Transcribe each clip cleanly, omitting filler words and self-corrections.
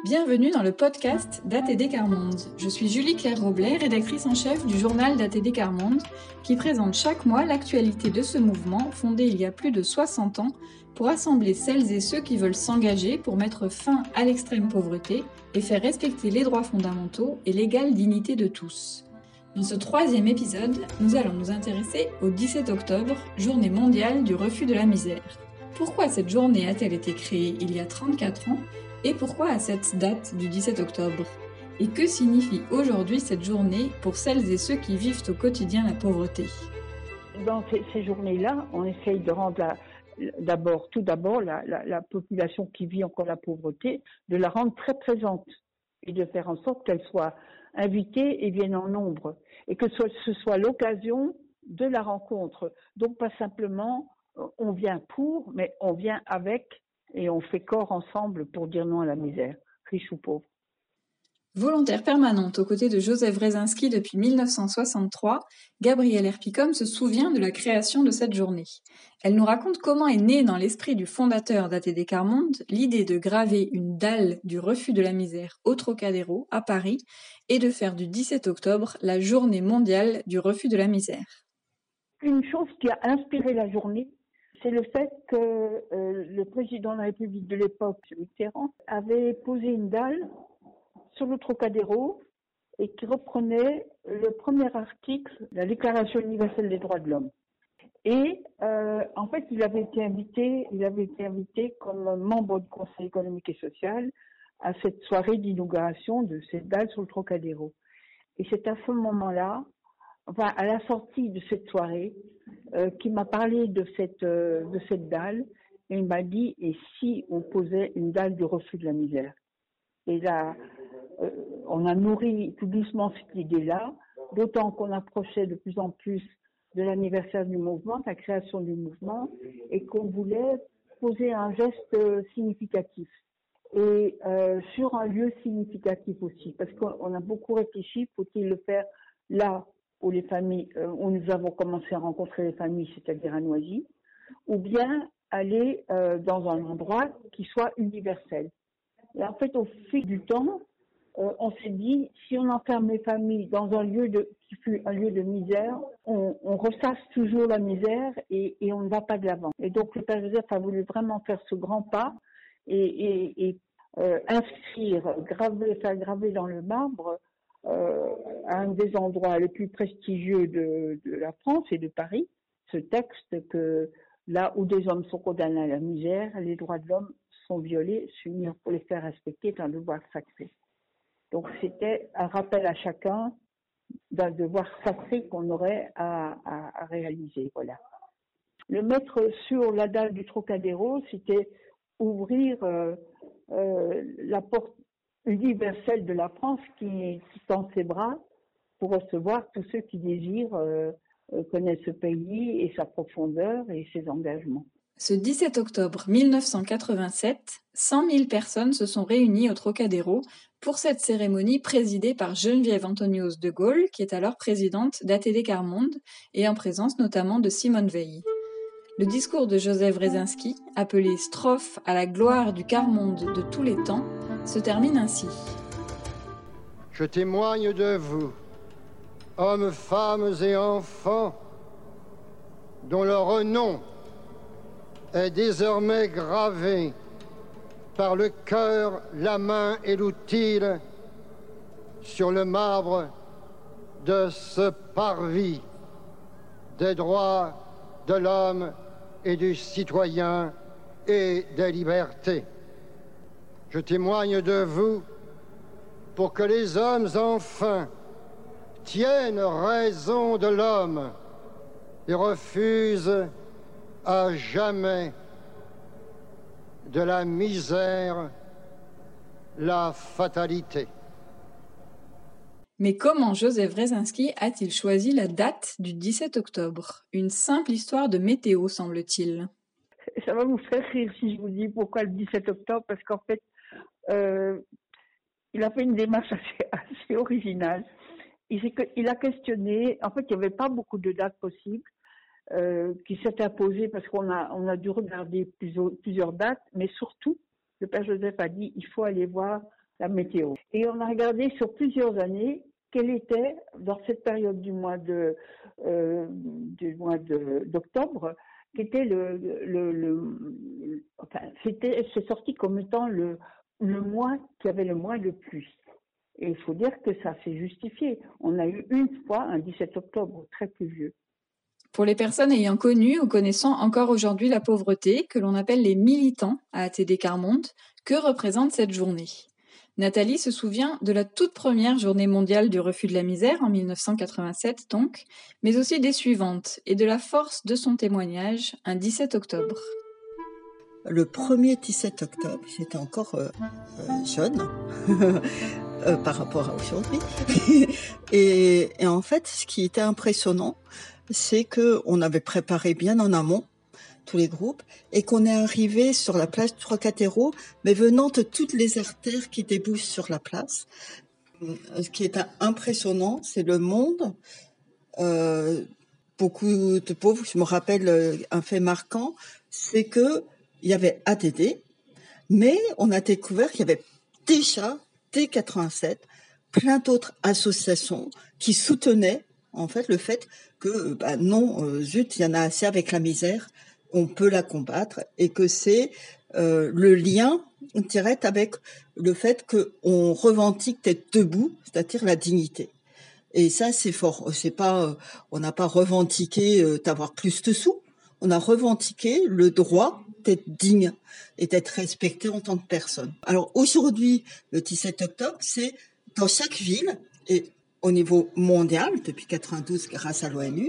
Bienvenue dans le podcast d'ATD Quart-Monde. Je suis Julie-Claire Roblet, rédactrice en chef du journal d'ATD Quart-Monde, qui présente chaque mois l'actualité de ce mouvement fondé il y a plus de 60 ans pour rassembler celles et ceux qui veulent s'engager pour mettre fin à l'extrême pauvreté et faire respecter les droits fondamentaux et l'égale dignité de tous. Dans ce troisième épisode, nous allons nous intéresser au 17 octobre, journée mondiale du refus de la misère. Pourquoi cette journée a-t-elle été créée il y a 34 ans ? Et pourquoi à cette date du 17 octobre ? Et que signifie aujourd'hui cette journée pour celles et ceux qui vivent au quotidien la pauvreté ? Dans ces journées-là, on essaye de rendre tout d'abord la population qui vit encore la pauvreté, de la rendre très présente et de faire en sorte qu'elle soit invitée et vienne en nombre. Et que ce soit l'occasion de la rencontre. Donc pas simplement on vient pour, mais on vient avec et on fait corps ensemble pour dire non à la misère, riche ou pauvre. Volontaire permanente aux côtés de Joseph Wrezinski depuis 1963, Gabrielle Erpicom se souvient de la création de cette journée. Elle nous raconte comment est née dans l'esprit du fondateur d'ATD Quart-Monde l'idée de graver une dalle du refus de la misère au Trocadéro, à Paris, et de faire du 17 octobre la journée mondiale du refus de la misère. Une chose qui a inspiré la journée, c'est le fait que le président de la République de l'époque, Mitterrand, avait posé une dalle sur le Trocadéro et qui reprenait le premier article de la Déclaration universelle des droits de l'homme. Et en fait, il avait été invité comme membre du Conseil économique et social à cette soirée d'inauguration de cette dalle sur le Trocadéro. Et c'est à ce moment-là, à la sortie de cette soirée, qui m'a parlé de cette dalle, et il m'a dit, et si on posait une dalle du refus de la misère ? Et là, on a nourri tout doucement cette idée-là, d'autant qu'on approchait de plus en plus de l'anniversaire du mouvement, de la création du mouvement, et qu'on voulait poser un geste significatif. Et sur un lieu significatif aussi, parce qu'on a beaucoup réfléchi, faut-il le faire là où les familles, où nous avons commencé à rencontrer les familles, c'est-à-dire à Noisy, ou bien aller dans un endroit qui soit universel. Et en fait, au fil du temps, on s'est dit, si on enferme les familles dans un lieu qui fut un lieu de misère, on ressasse toujours la misère et on ne va pas de l'avant. Et donc, le Père Joseph a voulu vraiment faire ce grand pas et inscrire, faire graver dans le marbre un des endroits les plus prestigieux de la France et de Paris, ce texte que là où des hommes sont condamnés à la misère, les droits de l'homme sont violés, s'unir pour les faire respecter est un devoir sacré. Donc c'était un rappel à chacun d'un devoir sacré qu'on aurait à réaliser. Voilà. Le mettre sur la dalle du Trocadéro, c'était ouvrir la porte universelle de la France qui tend ses bras pour recevoir tous ceux qui désirent connaître ce pays et sa profondeur et ses engagements. Ce 17 octobre 1987, 100 000 personnes se sont réunies au Trocadéro pour cette cérémonie présidée par Geneviève Antonios de Gaulle, qui est alors présidente d'ATD Quart-Monde, et en présence notamment de Simone Veil. Le discours de Joseph Wrezinski, appelé « Strophe à la gloire du quart-monde de tous les temps », se termine ainsi. Je témoigne de vous, hommes, femmes et enfants, dont le renom est désormais gravé par le cœur, la main et l'outil sur le marbre de ce parvis des droits de l'homme et du citoyen et des libertés. Je témoigne de vous pour que les hommes enfin tiennent raison de l'homme et refusent à jamais de la misère la fatalité. Mais comment Joseph Wrezinski a-t-il choisi la date du 17 octobre ? Une simple histoire de météo, semble-t-il. Ça va vous faire rire si je vous dis pourquoi le 17 octobre, parce qu'en fait, il a fait une démarche assez originale. Il a questionné, en fait, il n'y avait pas beaucoup de dates possibles qui s'étaient imposées parce qu'on a dû regarder plusieurs dates, mais surtout, le Père Joseph a dit il faut aller voir la météo. Et on a regardé sur plusieurs années quel était, dans cette période du mois d'octobre, qu'était c'est sorti comme étant le mois qui avait le moins de pluie. Et il faut dire que ça s'est justifié. On a eu une fois un 17 octobre très pluvieux. Pour les personnes ayant connu ou connaissant encore aujourd'hui la pauvreté, que l'on appelle les militants à ATD Quart Monde, que représente cette journée ? Nathalie se souvient de la toute première journée mondiale du refus de la misère, en 1987 donc, mais aussi des suivantes, et de la force de son témoignage, un 17 octobre. Le premier 17 octobre, j'étais encore jeune par rapport à aujourd'hui. et en fait, ce qui était impressionnant, c'est qu'on avait préparé bien en amont tous les groupes, et qu'on est arrivé sur la place du Trocadéro, mais venant de toutes les artères qui débouchent sur la place. Ce qui est impressionnant, c'est le monde. Beaucoup de pauvres, je me rappelle un fait marquant, c'est que il y avait ATD, mais on a découvert qu'il y avait déjà, dès 87, plein d'autres associations qui soutenaient en fait le fait que zut, il y en a assez avec la misère, on peut la combattre, et que c'est le lien direct avec le fait qu'on revendique d'être debout, c'est-à-dire la dignité. Et ça, c'est fort. C'est pas, on n'a pas revendiqué d'avoir plus de sous. On a revendiqué le droit d'être digne et d'être respecté en tant que personne. Alors aujourd'hui, le 17 octobre, c'est dans chaque ville et au niveau mondial, depuis 92 grâce à l'ONU,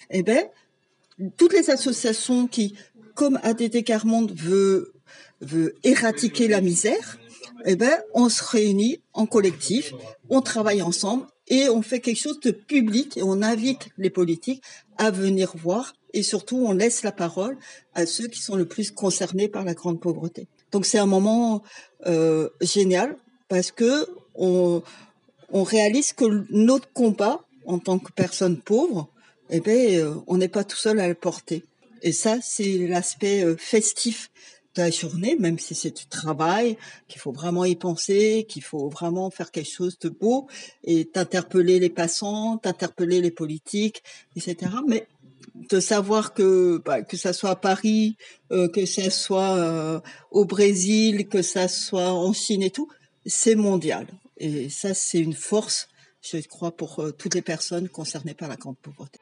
toutes les associations qui, comme ATD Quart Monde veut éradiquer la misère, on se réunit en collectif, on travaille ensemble et on fait quelque chose de public et on invite les politiques à venir voir, et surtout on laisse la parole à ceux qui sont le plus concernés par la grande pauvreté. Donc c'est un moment génial parce que on réalise que notre combat en tant que personne pauvre, on n'est pas tout seul à le porter. Et ça, c'est l'aspect festif de la journée, même si c'est du travail, qu'il faut vraiment y penser, qu'il faut vraiment faire quelque chose de beau et t'interpeller les passants, t'interpeller les politiques, etc. Mais de savoir que ça soit à Paris, que ça soit au Brésil, que ça soit en Chine et tout, c'est mondial. Et ça, c'est une force, je crois, pour toutes les personnes concernées par la grande pauvreté.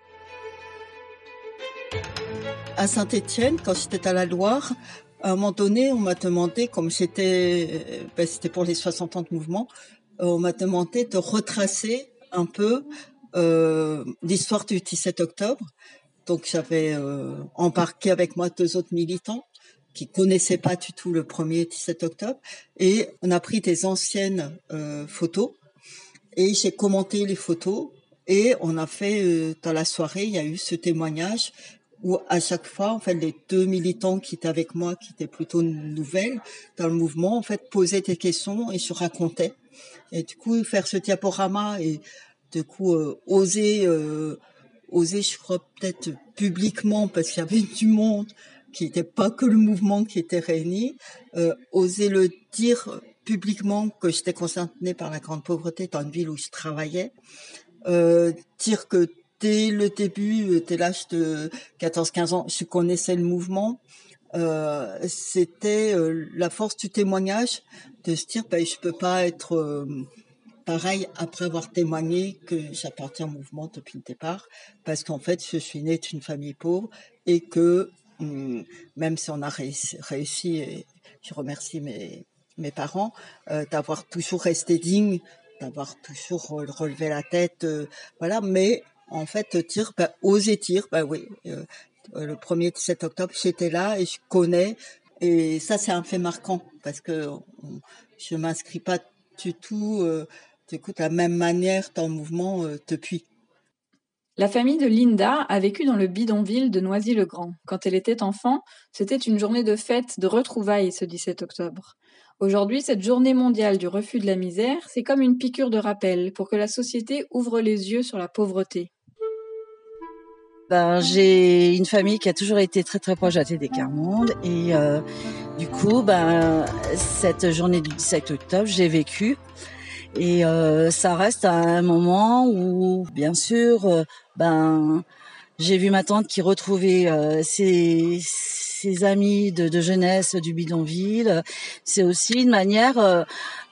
À Saint-Étienne, quand j'étais à la Loire, à un moment donné, on m'a demandé, comme c'était pour les 60 ans de mouvement, on m'a demandé de retracer un peu l'histoire du 17 octobre. Donc j'avais embarqué avec moi 2 autres militants qui connaissaient pas du tout le premier 17 octobre, et on a pris des anciennes photos et j'ai commenté les photos, et on a fait dans la soirée, il y a eu ce témoignage où à chaque fois, en fait, les 2 militants qui étaient avec moi, qui étaient plutôt nouvelles dans le mouvement, en fait, posaient des questions et je racontais. Et du coup, faire ce diaporama et du coup oser, je crois, peut-être publiquement, parce qu'il y avait du monde, qui n'était pas que le mouvement qui était réuni, oser le dire publiquement que j'étais concernée par la grande pauvreté dans une ville où je travaillais, dire que dès le début, dès l'âge de 14-15 ans, je connaissais le mouvement. C'était la force du témoignage, de se dire je peux pas être pareil après avoir témoigné que j'appartiens au mouvement depuis le départ, parce qu'en fait je suis née d'une famille pauvre, et que même si on a réussi, et je remercie mes parents d'avoir toujours resté digne, d'avoir toujours relevé la tête, voilà, mais en fait dire, oser dire, oui, le premier 17 octobre, j'étais là et je connais, et ça c'est un fait marquant, parce que je m'inscris pas du tout de la même manière dans le mouvement depuis. La famille de Linda a vécu dans le bidonville de Noisy-le-Grand. Quand elle était enfant, c'était une journée de fête, de retrouvailles ce 17 octobre. Aujourd'hui, cette journée mondiale du refus de la misère, c'est comme une piqûre de rappel pour que la société ouvre les yeux sur la pauvreté. J'ai une famille qui a toujours été très très proche d'ATD Quart Monde, et Du coup, cette journée du 17 octobre, j'ai vécu. Et ça reste à un moment où, bien sûr, j'ai vu ma tante qui retrouvait ses amis de jeunesse du bidonville. C'est aussi une manière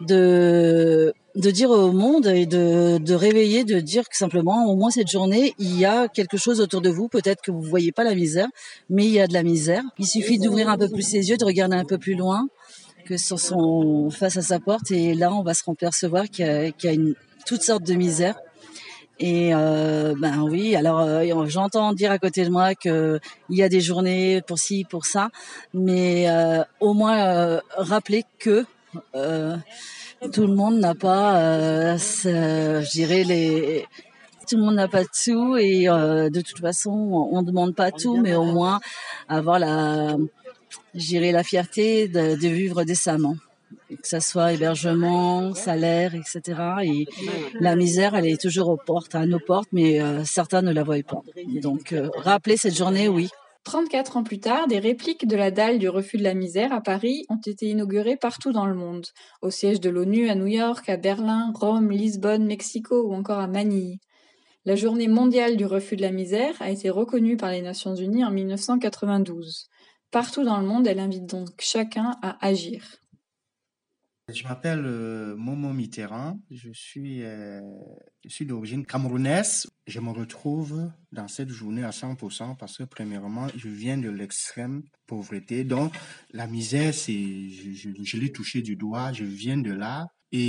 de dire au monde et de réveiller, de dire que simplement, au moins cette journée, il y a quelque chose autour de vous. Peut-être que vous voyez pas la misère, mais il y a de la misère. Il suffit d'ouvrir un peu plus ses yeux, de regarder un peu plus loin que sont face à sa porte, et là on va se percevoir qu'il y a toutes sortes de misères. Et oui, alors j'entends dire à côté de moi que il y a des journées pour ci, pour ça, mais au moins rappeler que tout le monde n'a pas, je dirais tout le monde n'a pas de sous, et de toute façon on demande pas tout, mais au moins avoir la fierté de vivre décemment, que ça soit hébergement, salaire, etc. Et la misère, elle est toujours à nos portes, mais certains ne la voient pas. Donc, rappeler cette journée, oui. 34 ans plus tard, des répliques de la dalle du refus de la misère à Paris ont été inaugurées partout dans le monde, au siège de l'ONU à New York, à Berlin, Rome, Lisbonne, Mexico ou encore à Manille. La journée mondiale du refus de la misère a été reconnue par les Nations Unies en 1992. Partout dans le monde, elle invite donc chacun à agir. Je m'appelle Momo Mitterrand, je suis d'origine camerounaise. Je me retrouve dans cette journée à 100% parce que premièrement, je viens de l'extrême pauvreté. Donc la misère, je l'ai touché du doigt, je viens de là.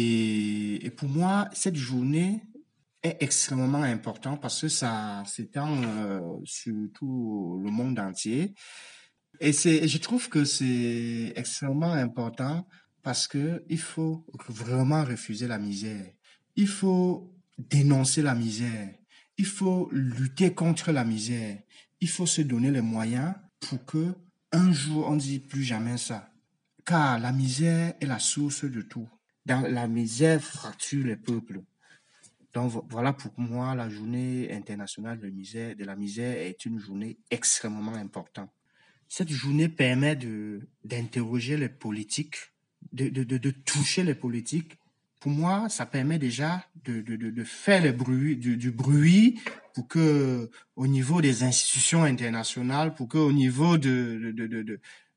Et pour moi, cette journée est extrêmement importante parce que ça s'étend sur tout le monde entier. Et je trouve que c'est extrêmement important parce que il faut vraiment refuser la misère. Il faut dénoncer la misère. Il faut lutter contre la misère. Il faut se donner les moyens pour que un jour on ne dise plus jamais ça. Car la misère est la source de tout. Dans la misère fracture les peuples. Donc voilà, pour moi, la journée internationale de la misère est une journée extrêmement importante. Cette journée permet d'interroger les politiques, de toucher les politiques. Pour moi, ça permet déjà de faire du bruit pour que, au niveau des institutions internationales, pour que, au niveau de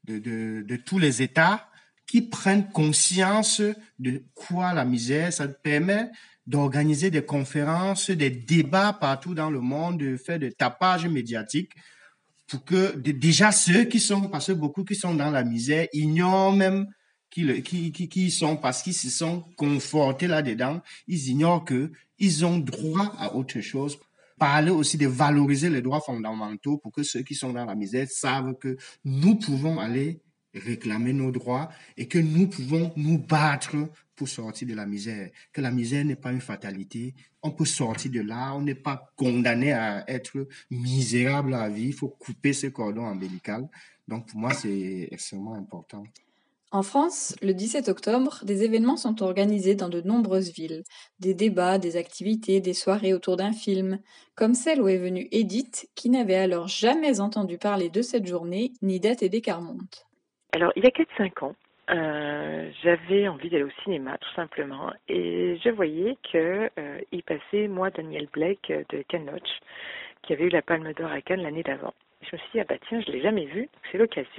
tous les États qui prennent conscience de quoi la misère, ça permet d'organiser des conférences, des débats partout dans le monde, de faire des tapages médiatiques pour que déjà ceux qui sont, parce que beaucoup qui sont dans la misère ignorent même qui sont, parce qu'ils se sont confortés là-dedans, ils ignorent que ils ont droit à autre chose. Parler aussi de valoriser les droits fondamentaux pour que ceux qui sont dans la misère savent que nous pouvons aller réclamer nos droits et que nous pouvons nous battre pour sortir de la misère. Que la misère n'est pas une fatalité. On peut sortir de là. On n'est pas condamné à être misérable à vie. Il faut couper ce cordon ombilical. Donc, pour moi, c'est extrêmement important. En France, le 17 octobre, des événements sont organisés dans de nombreuses villes. Des débats, des activités, des soirées autour d'un film, comme celle où est venue Edith, qui n'avait alors jamais entendu parler de cette journée, ni d'ATD Quart Monde. Alors, il y a 4-5 ans, j'avais envie d'aller au cinéma, tout simplement, et je voyais qu'il passait, moi, Daniel Blake de Ken Loach, qui avait eu la Palme d'Or à Cannes l'année d'avant. Je me suis dit, tiens, je ne l'ai jamais vu, c'est l'occasion.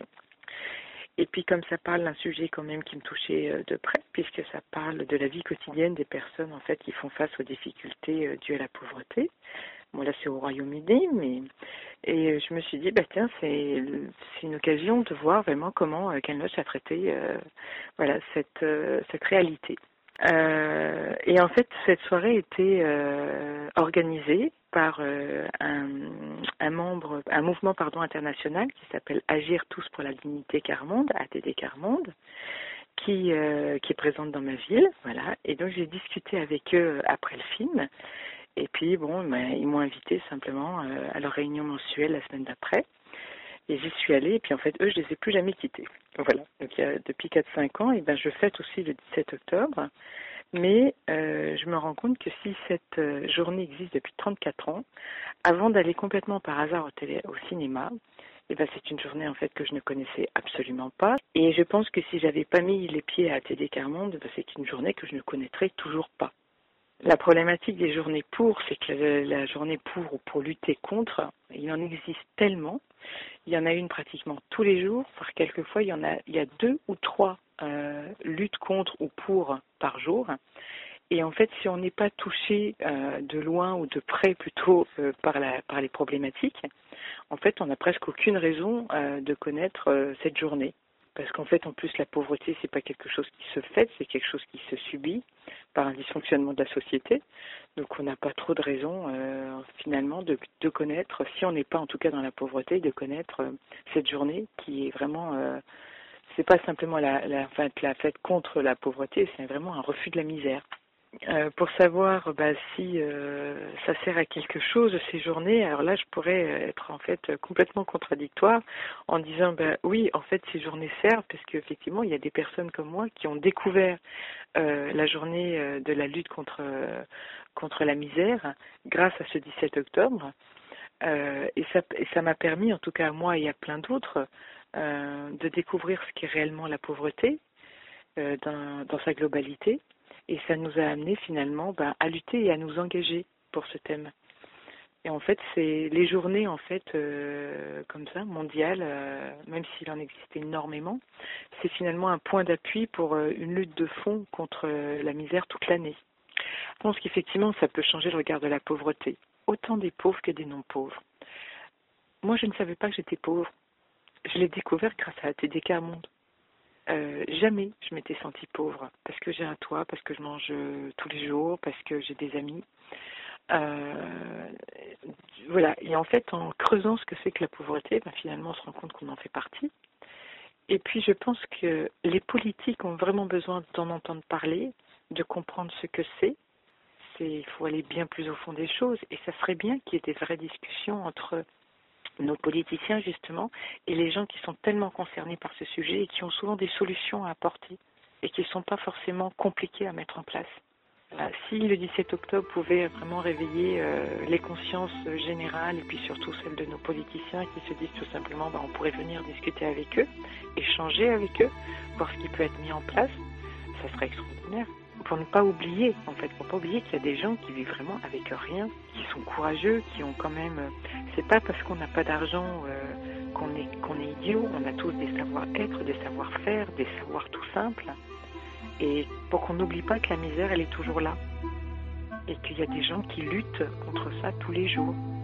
Et puis, comme ça parle d'un sujet quand même qui me touchait de près, puisque ça parle de la vie quotidienne des personnes, en fait, qui font face aux difficultés dues à la pauvreté. Bon, là, c'est au Royaume-Uni, et je me suis dit, tiens, c'est une occasion de voir vraiment comment Ken Loach a traité cette réalité. Et en fait, cette soirée était organisée par un mouvement international qui s'appelle Agir tous pour la dignité Quart Monde, ATD Quart Monde, qui est présente dans ma ville, voilà. Et donc j'ai discuté avec eux après le film. Et puis ils m'ont invité simplement à leur réunion mensuelle la semaine d'après. Et j'y suis allée, et puis en fait, eux, je les ai plus jamais quittés. Voilà. Donc depuis 4-5 ans, je fête aussi le 17 octobre. Mais je me rends compte que si cette journée existe depuis 34 ans, avant d'aller complètement par hasard au cinéma, Et ben c'est une journée en fait que je ne connaissais absolument pas. Et je pense que si j'avais pas mis les pieds à ATD Quart Monde, ben, c'est une journée que je ne connaîtrais toujours pas. La problématique des journées pour, c'est que la journée pour ou pour lutter contre, il en existe tellement. Il y en a une pratiquement tous les jours, voire quelquefois il y a 2 ou 3 luttes contre ou pour par jour. Et en fait, si on n'est pas touché de loin ou de près plutôt par les problématiques, en fait, on n'a presque aucune raison de connaître cette journée. Parce qu'en fait, en plus, la pauvreté, c'est pas quelque chose qui se fait, c'est quelque chose qui se subit par un dysfonctionnement de la société. Donc, on n'a pas trop de raison, finalement, de connaître, si on n'est pas en tout cas dans la pauvreté, de connaître cette journée qui est vraiment, c'est pas simplement la fête contre la pauvreté, c'est vraiment un refus de la misère. Pour savoir si ça sert à quelque chose ces journées, alors là je pourrais être en fait complètement contradictoire en disant oui en fait ces journées servent parce qu'effectivement il y a des personnes comme moi qui ont découvert la journée de la lutte contre la misère grâce à ce 17 octobre et ça m'a permis en tout cas à moi et à plein d'autres de découvrir ce qu'est réellement la pauvreté dans sa globalité. Et ça nous a amené finalement à lutter et à nous engager pour ce thème. Et en fait, c'est les journées en fait comme ça, mondiales, même s'il en existe énormément, c'est finalement un point d'appui pour une lutte de fond contre la misère toute l'année. Je pense qu'effectivement, ça peut changer le regard de la pauvreté, autant des pauvres que des non-pauvres. Moi, je ne savais pas que j'étais pauvre. Je l'ai découvert grâce à ATD Quart Monde. Jamais je m'étais sentie pauvre parce que j'ai un toit, parce que je mange tous les jours, parce que j'ai des amis. Voilà. Et en fait, en creusant ce que c'est que la pauvreté, finalement, on se rend compte qu'on en fait partie. Et puis, je pense que les politiques ont vraiment besoin d'en entendre parler, de comprendre ce que c'est. Il faut aller bien plus au fond des choses. Et ça serait bien qu'il y ait des vraies discussions entre nos politiciens justement et les gens qui sont tellement concernés par ce sujet et qui ont souvent des solutions à apporter et qui ne sont pas forcément compliquées à mettre en place. Si le 17 octobre pouvait vraiment réveiller les consciences générales et puis surtout celles de nos politiciens qui se disent tout simplement on pourrait venir discuter avec eux, échanger avec eux, voir ce qui peut être mis en place, ça serait extraordinaire. Pour ne pas oublier, pour pas oublier qu'il y a des gens qui vivent vraiment avec rien, qui sont courageux, qui ont quand même. C'est pas parce qu'on n'a pas d'argent qu'on est idiot. On a tous des savoir-être, des savoir-faire, des savoirs tout simples. Et pour qu'on n'oublie pas que la misère, elle est toujours là. Et qu'il y a des gens qui luttent contre ça tous les jours.